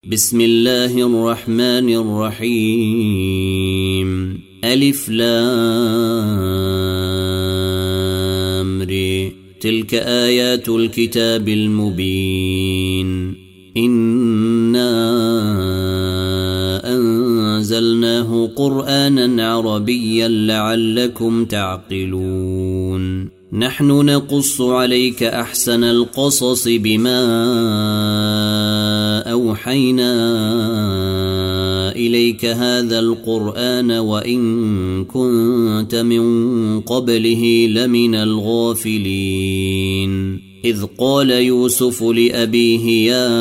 بسم الله الرحمن الرحيم ألف لام ر تلك آيات الكتاب المبين إنا أنزلناه قرآنا عربيا لعلكم تعقلون نحن نقص عليك أحسن القصص بما أوحينا إليك هذا القرآن وإن كنت من قبله لمن الغافلين إذ قال يوسف لأبيه يا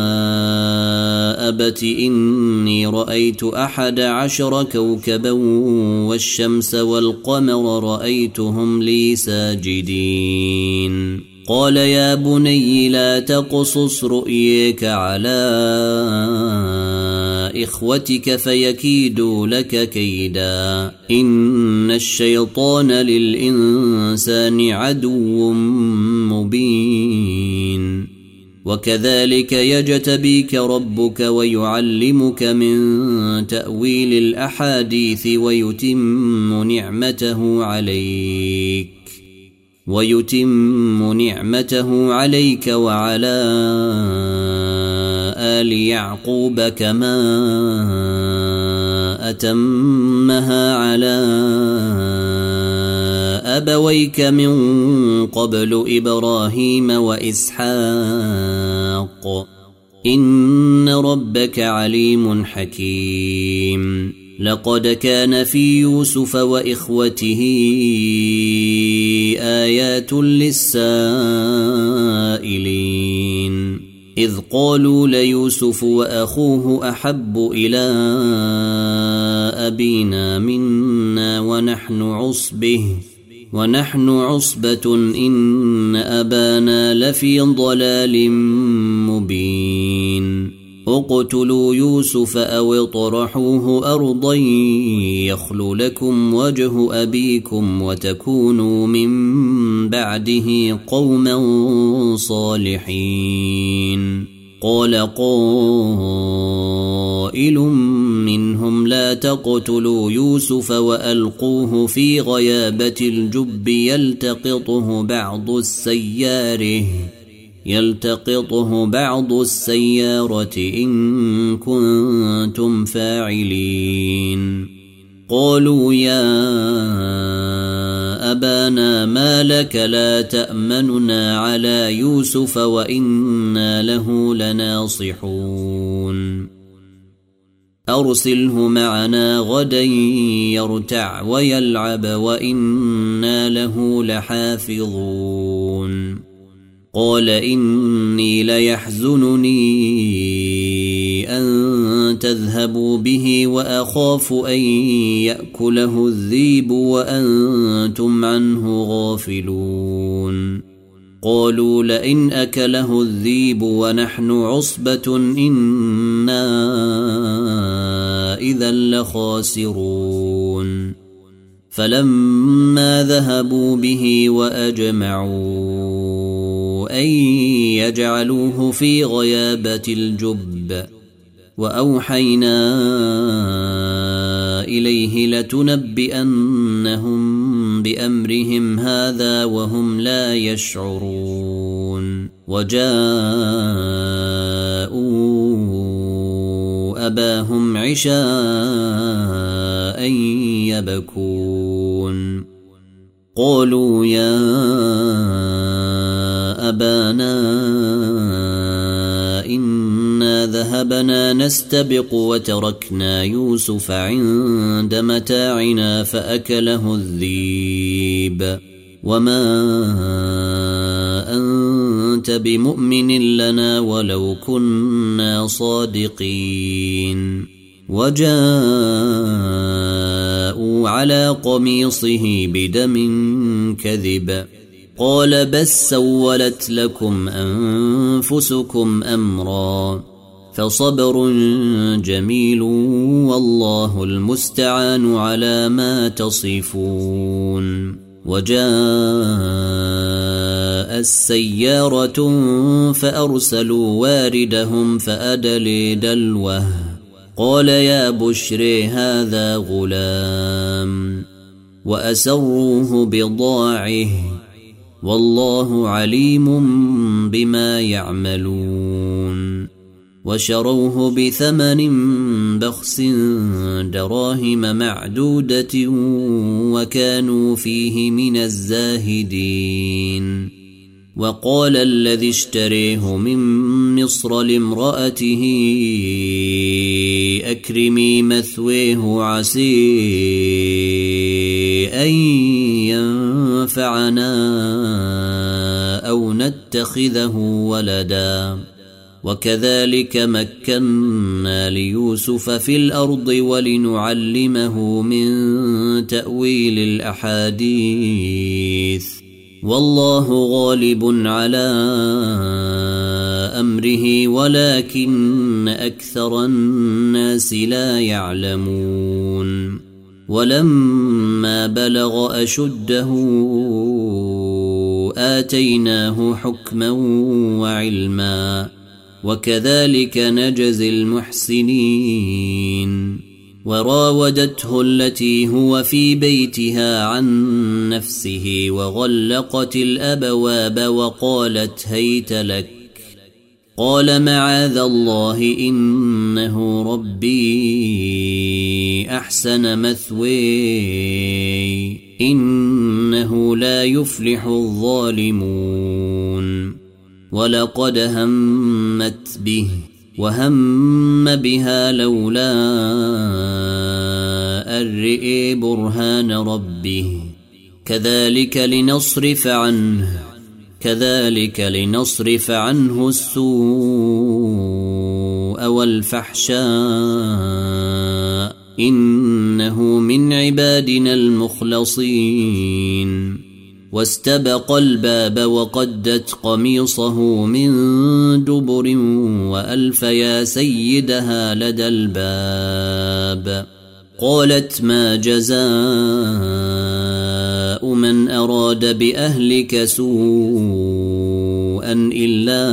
أبت إني رأيت 11 كوكبا والشمس والقمر رأيتهم لي ساجدين قال يا بني لا تقصص رؤيك على إخوتك فيكيدوا لك كيدا إن الشيطان للإنسان عدو مبين وكذلك يجتبيك ربك ويعلمك من تأويل الأحاديث ويتم نعمته عليك وعلى آل يعقوب كما أتمها على أبويك من قبل إبراهيم وإسحاق إن ربك عليم حكيم لقد كان في يوسف وإخوته آيات للسائلين إذ قالوا ليوسف وأخوه أحب إلى أبينا منا ونحن عصبة إن أبانا لفي ضلال مبين اقتلوا يوسف أو اطرحوه أرضا يخل لكم وجه أبيكم وتكونوا من بعده قوما صالحين قال قائل منهم لا تقتلوا يوسف وألقوه في غيابة الجب يلتقطه بعض السيارة إن كنتم فاعلين قالوا يا أبانا ما لك لا تأمننا على يوسف وإنا له لناصحون أرسله معنا غدا يرتع ويلعب وإنا له لحافظون قال إني ليحزنني أن تذهبوا به وأخاف أن يأكله الذئب وأنتم عنه غافلون قالوا لئن أكله الذئب ونحن عصبة إنا إذا لخاسرون فلما ذهبوا به وأجمعوا أن يجعلوه في غيابة الجب وأوحينا إليه لتنبئنهم بأمرهم هذا وهم لا يشعرون وجاءوا أباهم عشاء يبكون قالوا يا أبانا إنا ذهبنا نستبق وتركنا يوسف عند متاعنا فأكله الذئب وما أنت بمؤمن لنا ولو كنا صادقين وجاءوا على قميصه بدم كذب قال بس سولت لكم أنفسكم أمرا فصبر جميل والله المستعان على ما تصفون وجاء السيارة فأرسلوا واردهم فأدلي دلوه قال يا بشري هذا غلام وأسروه بضاعه والله عليم بما يعملون وشروه بثمن بخس دراهم معدودة وكانوا فيه من الزاهدين وقال الذي اشتريه من مصر لامرأته أكرمي مثويه عسي أن ينفعنا أو نتخذه ولدا وكذلك مكنا ليوسف في الأرض ولنعلمه من تأويل الأحاديث والله غالب على أمره ولكن أكثر الناس لا يعلمون ولما بلغ أشده آتيناه حكما وعلما وكذلك نجزي المحسنين وراودته التي هو في بيتها عن نفسه وغلقت الأبواب وقالت هيت لك قال معاذ الله إنه ربي أحسن مثواي إنه لا يفلح الظالمون ولقد همت به وهم بها لولا أن رئي برهان ربه كذلك لنصرف عنه السوء والفحشاء إنه من عبادنا المخلصين واستبق الباب وقدت قميصه من دبر وألف يا سيدها لدى الباب قالت ما جزاء من أراد بأهلك سوءا إلا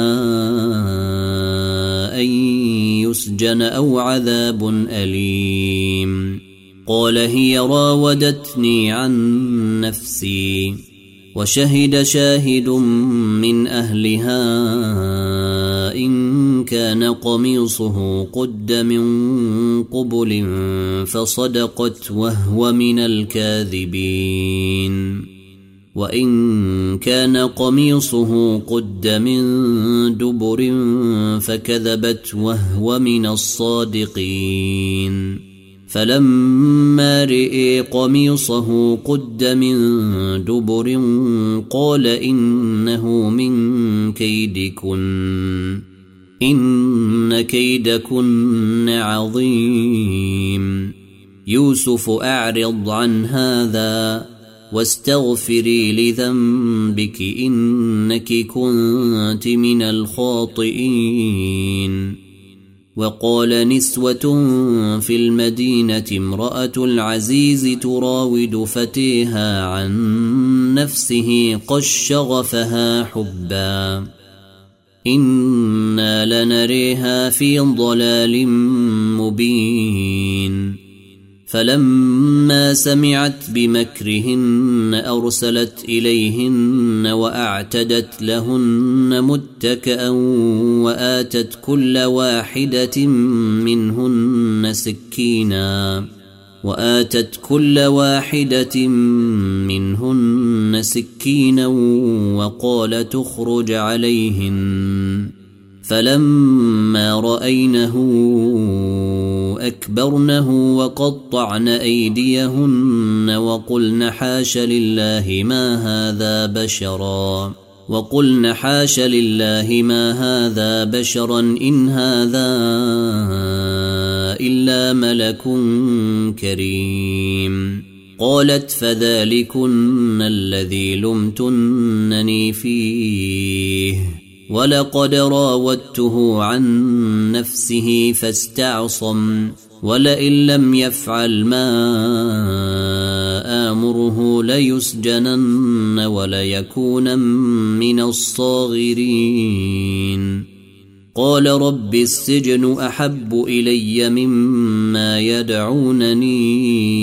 أن يسجن أو عذاب أليم قال هي راودتني عن نفسي وشهد شاهد من أهلها إن كان قميصه قد من قبل فصدقت وهو من الكاذبين وإن كان قميصه قد من دبر فكذبت وهو من الصادقين فلما رئي قميصه قد من دبر قال إنه من كيدكن إن كيدكن عظيم يوسف أعرض عن هذا واستغفري لذنبك إنك كنت من الخاطئين وقال نسوة في المدينة امرأة العزيز تراود فتيها عن نفسه قد شغفها حبا إنا لنريها في ضلال مبين فلما سمعت بمكرهن أرسلت إليهن وأعتدت لهن متكئا وآتت كل واحدة منهن سكينا وقال تخرج عليهن فلما رأينه أكبرنه وقطعن أيديهن وقلن حاش لله ما هذا بشرا إن هذا إلا ملك كريم قالت فذلكن الذي لمتنني فيه ولقد راودته عن نفسه فاستعصم ولئن لم يفعل ما آمره ليسجنن وليكونن من الصاغرين. قال رب السجن أحب إلي مما يدعونني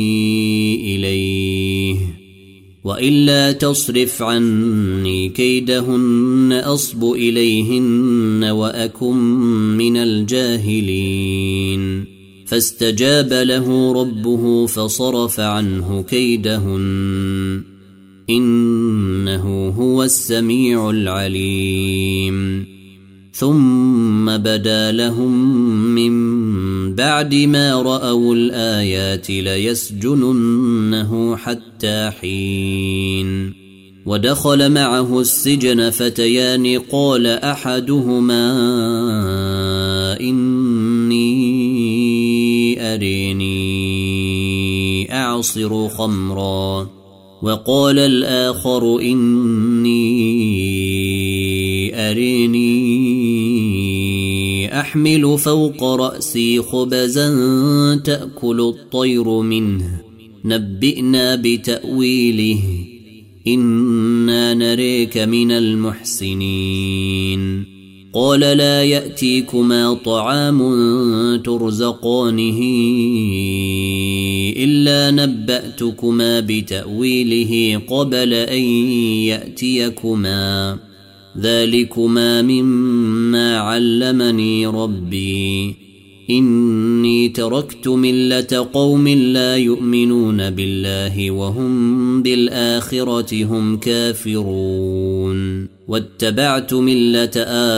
إليه وإلا تصرف عني كيدهن أصب إليهن وأكن من الجاهلين. فاستجاب له ربه فصرف عنه كيدهن إنه هو السميع العليم. ثم بدا لهم من بعد ما رأوا الآيات ليسجننه حتى حين. ودخل معه السجن فتيان قال أحدهما إني أريني أعصر خمرا وقال الآخر إني أريني أحمل فوق رأسي خبزا تأكل الطير منه نبئنا بتأويله إنا نريك من المحسنين. قال لا يأتيكما طعام ترزقانه إلا نبأتكما بتأويله قبل أن يأتيكما ذلكما مما علمني ربي إني تركت ملة قوم لا يؤمنون بالله وهم بالآخرة هم كافرون واتبعت ملة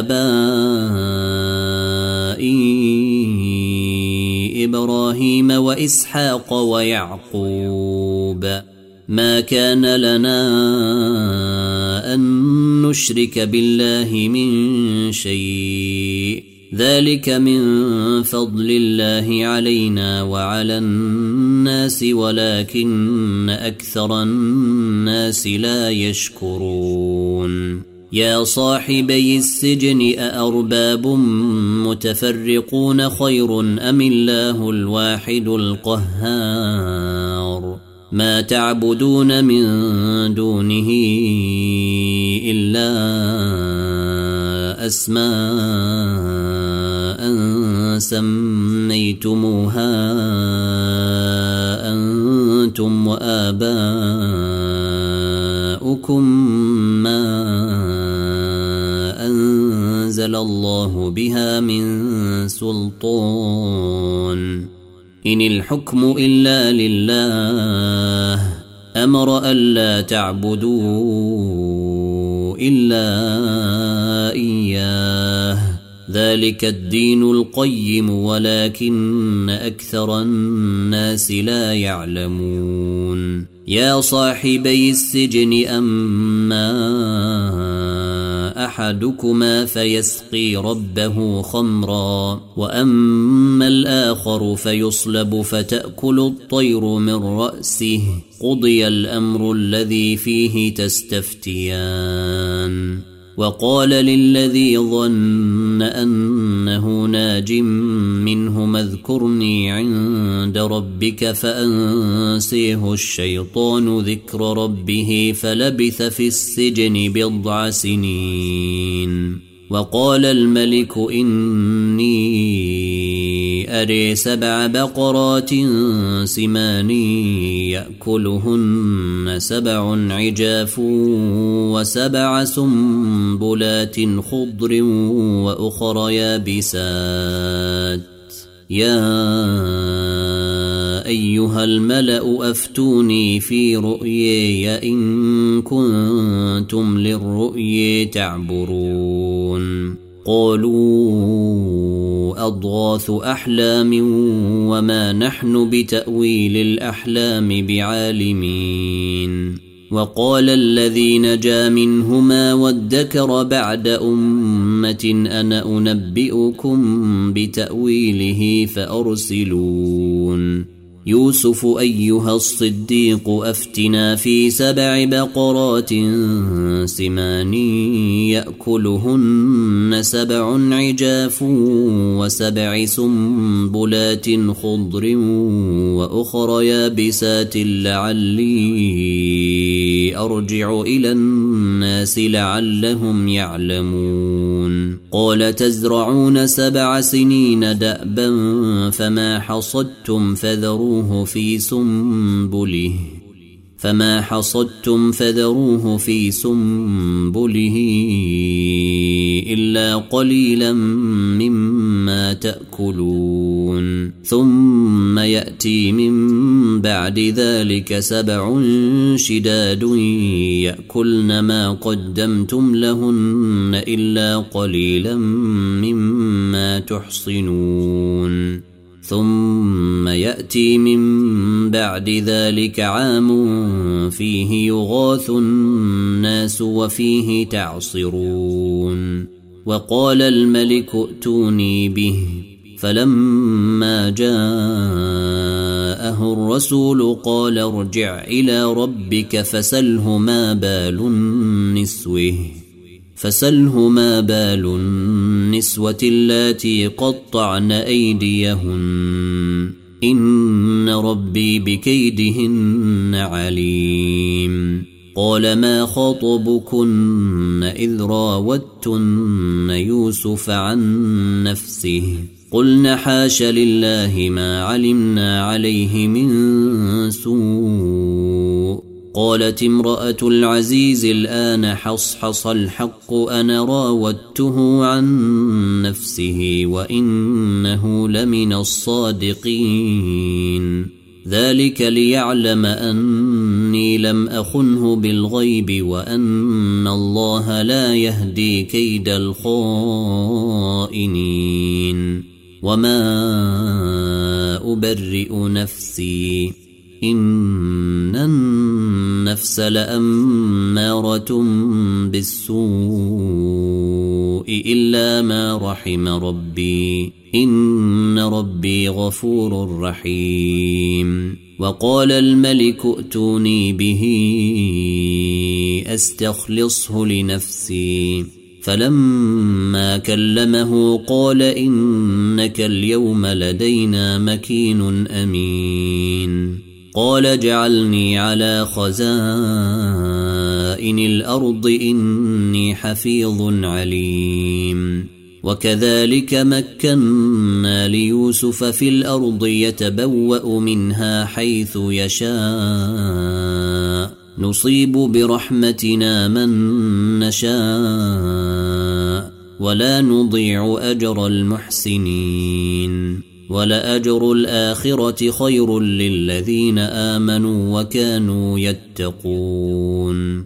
آبائي إبراهيم وإسحاق ويعقوب ما كان لنا أن نشرك بالله من شيء ذلك من فضل الله علينا وعلى الناس ولكن أكثر الناس لا يشكرون. يا صاحبي السجن أأرباب متفرقون خير أم الله الواحد القهار ما تعبدون من دونه إلا أسماء سميتموها أنتم وآباؤكم ما أنزل الله بها من سلطان إن الحكم إلا لله أمر ألا تعبدوا إلا إياه ذلك الدين القيم ولكن أكثر الناس لا يعلمون. يا صاحبي السجن أما أحدكما فيسقي ربه خمرا وأما الآخر فيصلب فتأكل الطير من رأسه قضي الأمر الذي فيه تستفتيان. وقال للذي ظن أنه ناج منهما اذكرني عند ربك فأنسيه الشيطان ذكر ربه فلبث في السجن بضع سنين. وقال الملك إني أري 7 بقرات سمان يأكلهن 7 عجاف و7 سنبلات خضر وأخر يابسات يا أيها الملأ أفتوني في رؤياي إن كنتم للرؤيا تعبرون. قالوا أضغاث أحلام وما نحن بتأويل الأحلام بعالمين. وقال الذي نجا منهما وادكر بعد أمة أنا أنبئكم بتأويله فأرسلون. يوسف أيها الصديق أفتنا في 7 بقرات سمان يأكلهن 7 عجاف و7 سنبلات خضر وأخر يابسات لعلي أرجع إلى الناس لعلهم يعلمون قال تزرعون 7 سنين دأبا فما حصدتم فذروه في سنبله إلا قليلا مما تأكلون ثم يأتي من بعد ذلك 7 شداد يأكلن ما قدمتم لهن إلا قليلا مما تحصنون ثم يأتي من بعد ذلك عام فيه يغاث الناس وفيه تعصرون وقال الملك ائتوني به فلما جاءه الرسول قال ارجع إلى ربك فسله ما بال النسوة اللاتي قطعن أيديهن إن ربي بكيدهن عليم قال ما خطبكن إذ راوتن يوسف عن نفسه قلن حاش لله ما علمنا عليه من سوء قالت امرأة العزيز الآن حصحص الحق أنا راودته عن نفسه وإنه لمن الصادقين ذلك ليعلم أني لم أخنه بالغيب وأن الله لا يهدي كيد الخائنين وما أبرئ نفسي إن النفس لأمارة بالسوء إلا ما رحم ربي إن ربي غفور رحيم وقال الملك ائتوني به أستخلصه لنفسي فلما كلمه قال إنك اليوم لدينا مكين أمين قال اجعلني على خزائن الأرض إني حفيظ عليم وكذلك مكنا ليوسف في الأرض يتبوأ منها حيث يشاء نصيب برحمتنا من نشاء ولا نضيع أجر المحسنين ولأجر الآخرة خير للذين آمنوا وكانوا يتقون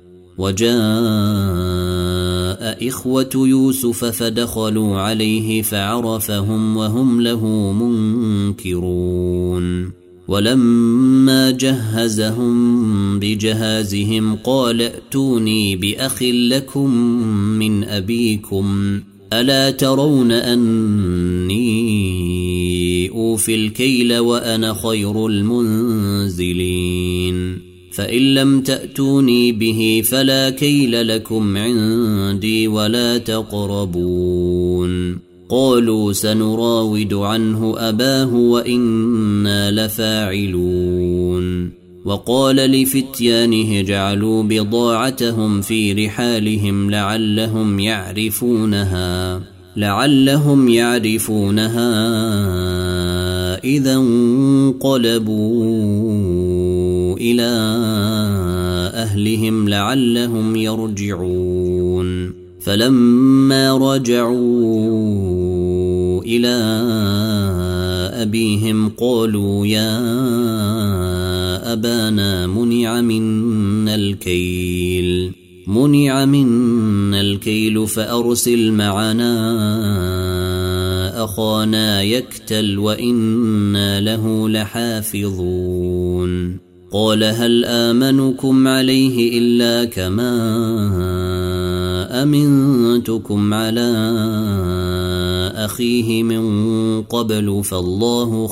وجاء إخوة يوسف فدخلوا عليه فعرفهم وهم له منكرون ولما جهزهم بجهازهم قال ائتوني بأخ لكم من أبيكم ألا ترون أني أوفي الكيل وأنا خير المنزلين فإن لم تأتوني به فلا كيل لكم عندي ولا تقربون قالوا سنراود عنه أباه وإنا لفاعلون وقال لفتيانه اجعلوا بضاعتهم في رحالهم لعلهم يعرفونها إذا انقلبوا إلى أهلهم لعلهم يرجعون فلما رجعوا إلى أبيهم قالوا يا أبانا منع منا الكيل فأرسل معنا أخانا يكتل وإنا له لحافظون قال هل آمنكم عليه إلا كما أمنتكم على أخيه من قبل فالله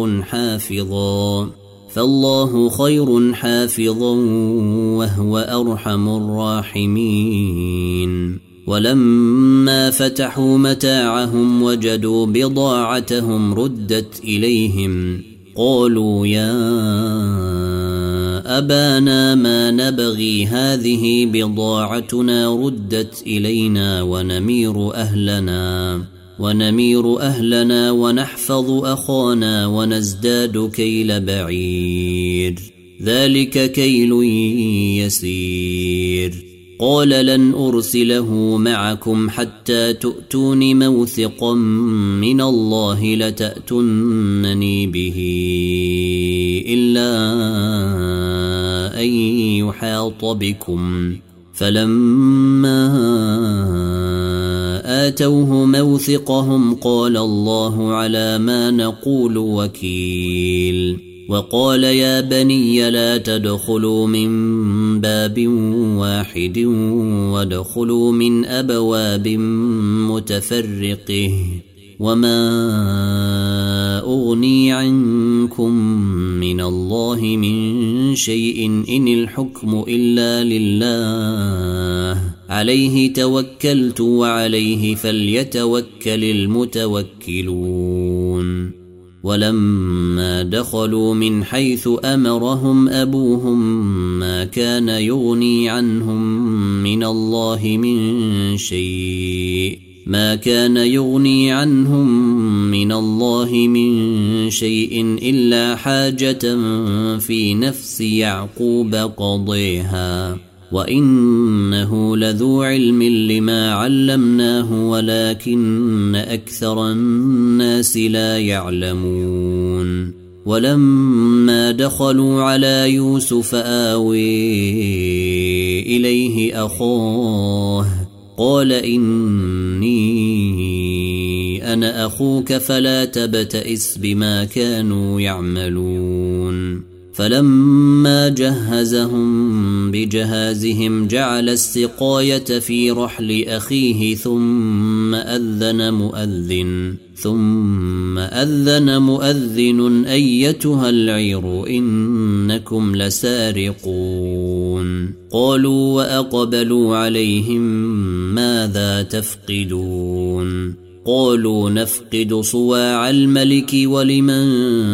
خير حافظا وهو أرحم الراحمين. ولما فتحوا متاعهم وجدوا بضاعتهم ردت إليهم قالوا يا أبانا ما نبغي هذه بضاعتنا ردت إلينا ونمير أهلنا ونحفظ أخانا ونزداد كيل بعير ذلك كيل يسير. قال لن أرسله معكم حتى تؤتون موثقا من الله لتأتونني به إلا أن يحاط بكم. فلما آتوه موثقهم قال الله على ما نقول وكيل. وقال يا بني لا تدخلوا من باب واحد وادخلوا من أبواب متفرقة وما أغني عنكم من الله من شيء إن الحكم إلا لله عليه توكلت وعليه فليتوكل المتوكلون. ولما دخلوا من حيث أمرهم أبوهم ما كان يغني عنهم من الله من شيء إلا حاجة في نفس يعقوب قضيها وإنه لذو علم لما علمناه ولكن أكثر الناس لا يعلمون. ولما دخلوا على يوسف آوي إليه أخاه قال إني أنا أخوك فلا تبتئس بما كانوا يعملون. فلما جهزهم بجهازهم جعل السقاية في رحل أخيه ثم أذن مؤذن أيتها العير إنكم لسارقون. قالوا وأقبلوا عليهم ماذا تفقدون؟ قالوا نفقد صواع الملك ولمن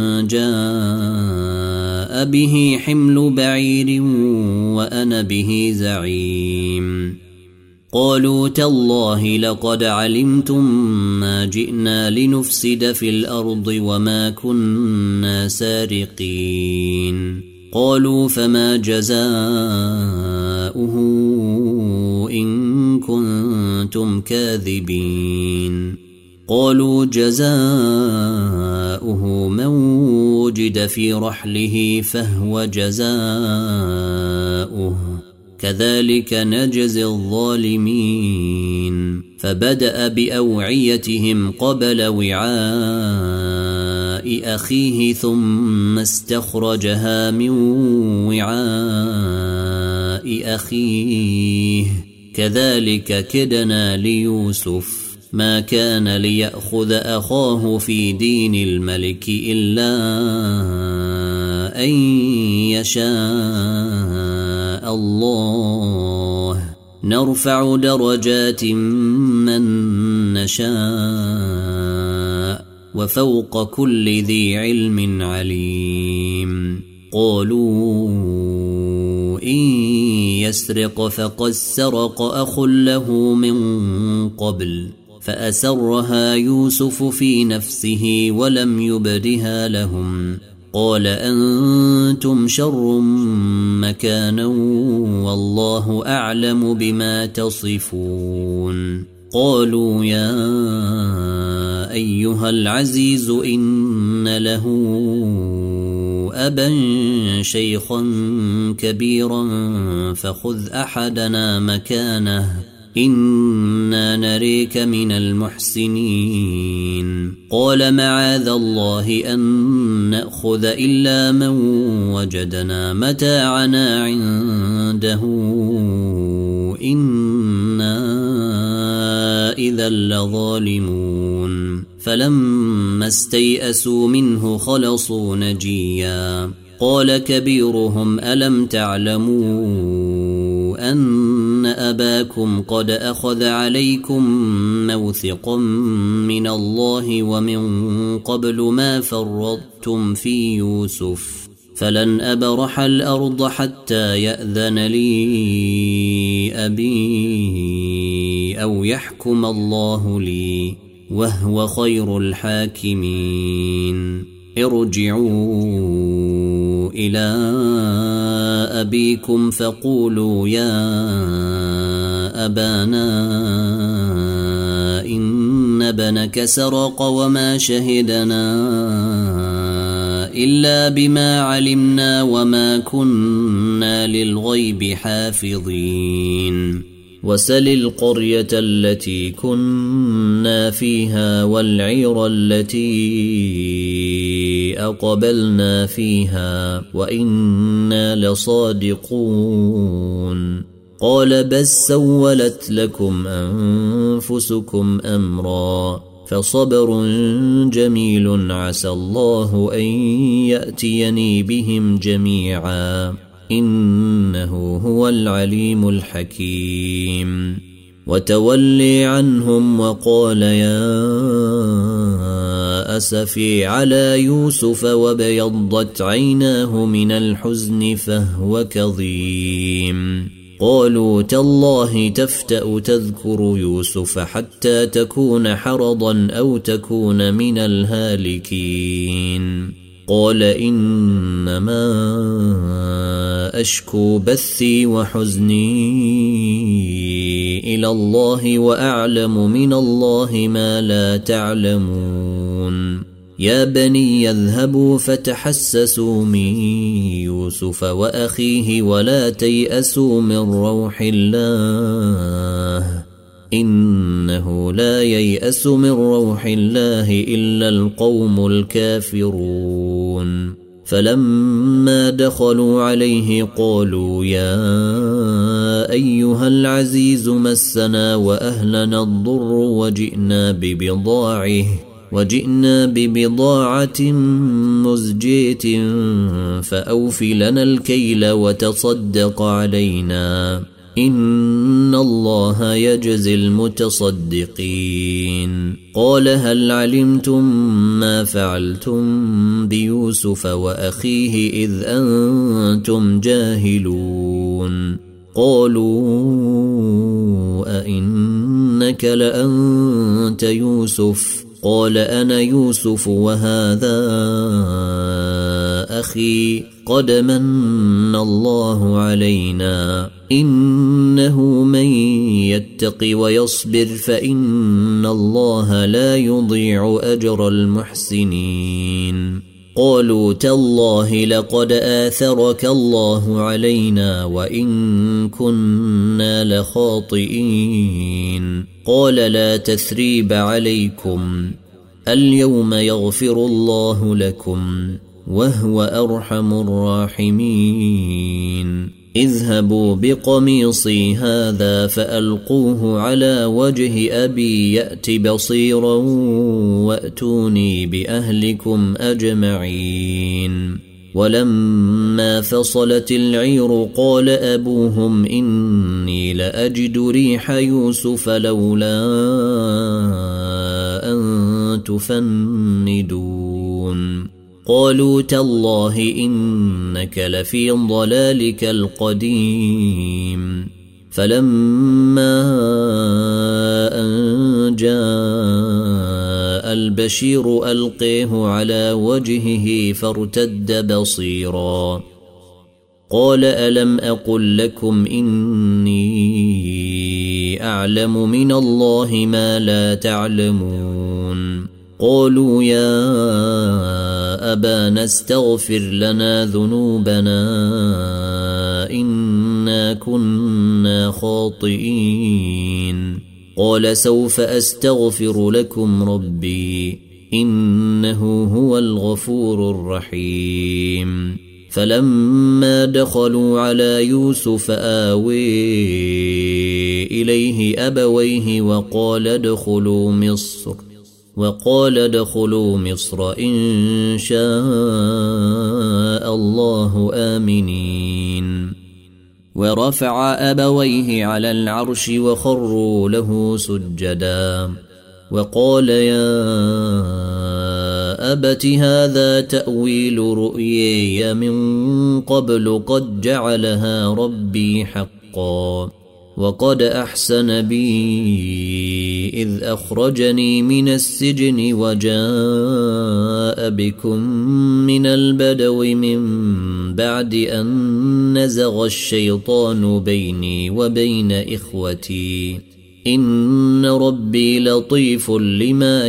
جاء به حمل بعير وأنا به زعيم. قالوا تالله لقد علمتم ما جئنا لنفسد في الأرض وما كنا سارقين. قالوا فما جزاؤه إن كنتم كاذبين؟ قالوا جزاؤه من وجد في رحله فهو جزاؤه كذلك نجزي الظالمين. فبدأ بأوعيتهم قبل وعاء أخيه ثم استخرجها من وعاء أخيه كذلك كدنا ليوسف ما كان ليأخذ أخاه في دين الملك إلا أن يشاء الله نرفع درجات من نشاء وفوق كل ذي علم عليم. قالوا إن يسرق فقد سرق أخ له من قبل فأسرها يوسف في نفسه ولم يبدها لهم. قال أنتم شر مكانا والله أعلم بما تصفون. قالوا يا أيها العزيز إن له أبا شيخا كبيرا فخذ أحدنا مكانه إنا نريك من المحسنين قال معاذ الله أن نأخذ إلا من وجدنا متاعنا عنده إنا إذا لظالمون فلما استيئسوا منه خلصوا نجيا قال كبيرهم ألم تعلموا أن أباكم قد أخذ عليكم موثقا من الله ومن قبل ما فرطتم في يوسف فلن أبرح الأرض حتى يأذن لي أبي أو يحكم الله لي وهو خير الحاكمين ارجعوا إلى أبيكم فقولوا يا أبانا إن ابنك سرق وما شهدنا إلا بما علمنا وما كنا للغيب حافظين وسل القرية التي كنا فيها والعير التي أقبلنا فيها وإنا لصادقون قال بس سولت لكم أنفسكم أمرا فصبر جميل عسى الله أن يأتيني بهم جميعا إنه هو العليم الحكيم وتولي عنهم وقال يا أسفي على يوسف وابيضت عيناه من الحزن فهو كظيم قالوا تالله تفتأ تذكر يوسف حتى تكون حرضا أو تكون من الهالكين قال إنما أشكو بثي وحزني إلى الله وأعلم من الله ما لا تعلمون يا بني يذهبوا فتحسسوا من يوسف وأخيه ولا تيأسوا من روح الله إنه لا ييأس من روح الله إلا القوم الكافرون فلما دخلوا عليه قالوا يا أيها العزيز مسنا وأهلنا الضر وجئنا ببضاعة مزجية فأوف لنا الكيل وتصدق علينا إن الله يجزي المتصدقين قال هل علمتم ما فعلتم بيوسف وأخيه إذ أنتم جاهلون قالوا أئنك لأنت يوسف قال أنا يوسف وهذا أخي قد من الله علينا إنه من يتق ويصبر فإن الله لا يضيع أجر المحسنين قالوا تالله لقد آثرك الله علينا وإن كنا لخاطئين قال لا تثريب عليكم اليوم يغفر الله لكم وهو أرحم الراحمين اذهبوا بقميصي هذا فألقوه على وجه أبي يأت بصيرا وأتوني بأهلكم أجمعين ولما فصلت العير قال أبوهم إني لأجد ريح يوسف لولا أن تفندون قالوا تالله إنك لفي ضلالك القديم فلما أن جاء البشير ألقيه على وجهه فارتد بصيرا قال ألم أقل لكم إني أعلم من الله ما لا تعلمون قالوا يا أبانا استغفر لنا ذنوبنا إنا كنا خاطئين قال سوف أستغفر لكم ربي إنه هو الغفور الرحيم فلما دخلوا على يوسف آوي إليه أبويه وقال ادخلوا مصر إن شاء الله آمنين ورفع أبويه على العرش وخروا له سجدا وقال يا أبت هذا تأويل رؤياي من قبل قد جعلها ربي حقا وقد أحسن بي إذ أخرجني من السجن وجاء بكم من البدو من بعد أن نزغ الشيطان بيني وبين إخوتي إن ربي لطيف لما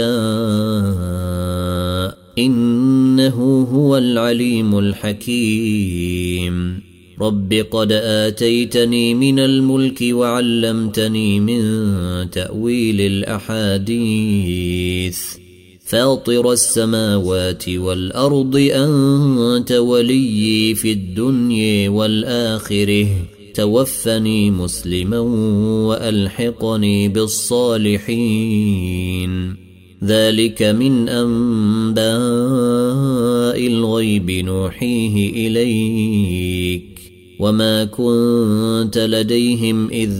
يشاء إنه هو العليم الحكيم رب قد آتيتني من الملك وعلمتني من تأويل الأحاديث فاطر السماوات والأرض أنت وليي في الدنيا والآخرة توفني مسلما وألحقني بالصالحين ذلك من أنباء الغيب نوحيه إليك وما كنت لديهم إذ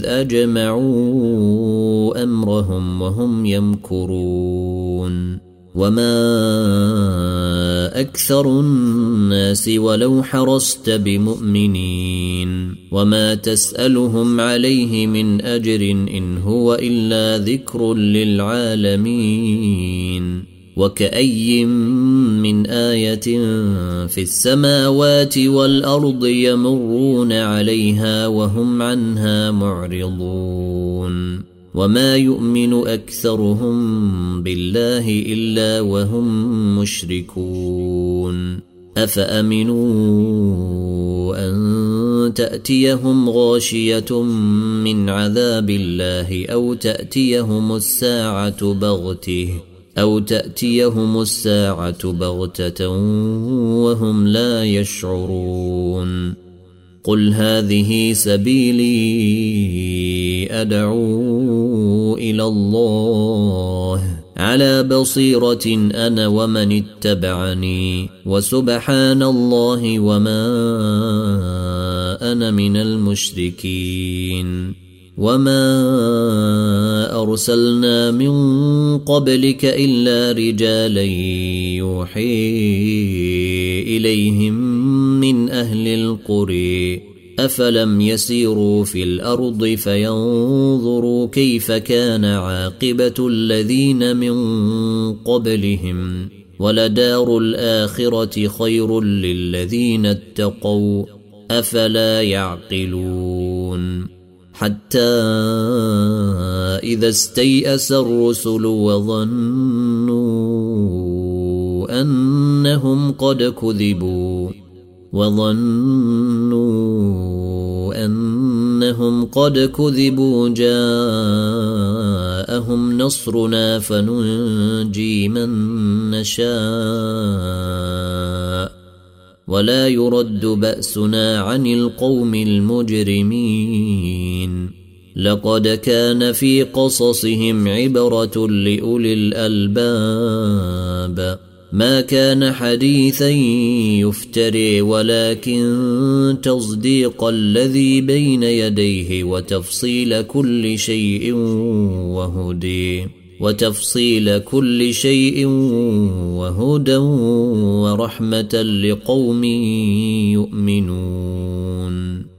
أجمعوا أمرهم وهم يمكرون وما أكثر الناس ولو حرصت بمؤمنين وما تسألهم عليه من أجر إن هو إلا ذكر للعالمين وكأي من آية في السماوات والأرض يمرون عليها وهم عنها معرضون وما يؤمن أكثرهم بالله إلا وهم مشركون أفأمنوا أن تأتيهم غاشية من عذاب الله أو تأتيهم الساعة بغتة وهم لا يشعرون قل هذه سبيلي أدعو إلى الله على بصيرة أنا ومن اتبعني وسبحان الله وما أنا من المشركين وما أرسلنا من قبلك إلا رجالا يوحي إليهم من أهل القرى أفلم يسيروا في الأرض فينظروا كيف كان عاقبة الذين من قبلهم ولدار الآخرة خير للذين اتقوا أفلا يعقلون حتى إذا استيأس الرسل وظنوا أنهم قد كذبوا جاءهم نصرنا فننجي من نشاء ولا يرد بأسنا عن القوم المجرمين لقد كان في قصصهم عبرة لأولي الألباب ما كان حديثا يفتري ولكن تصديق الذي بين يديه وتفصيل كل شيء وهدى ورحمة لقوم يؤمنون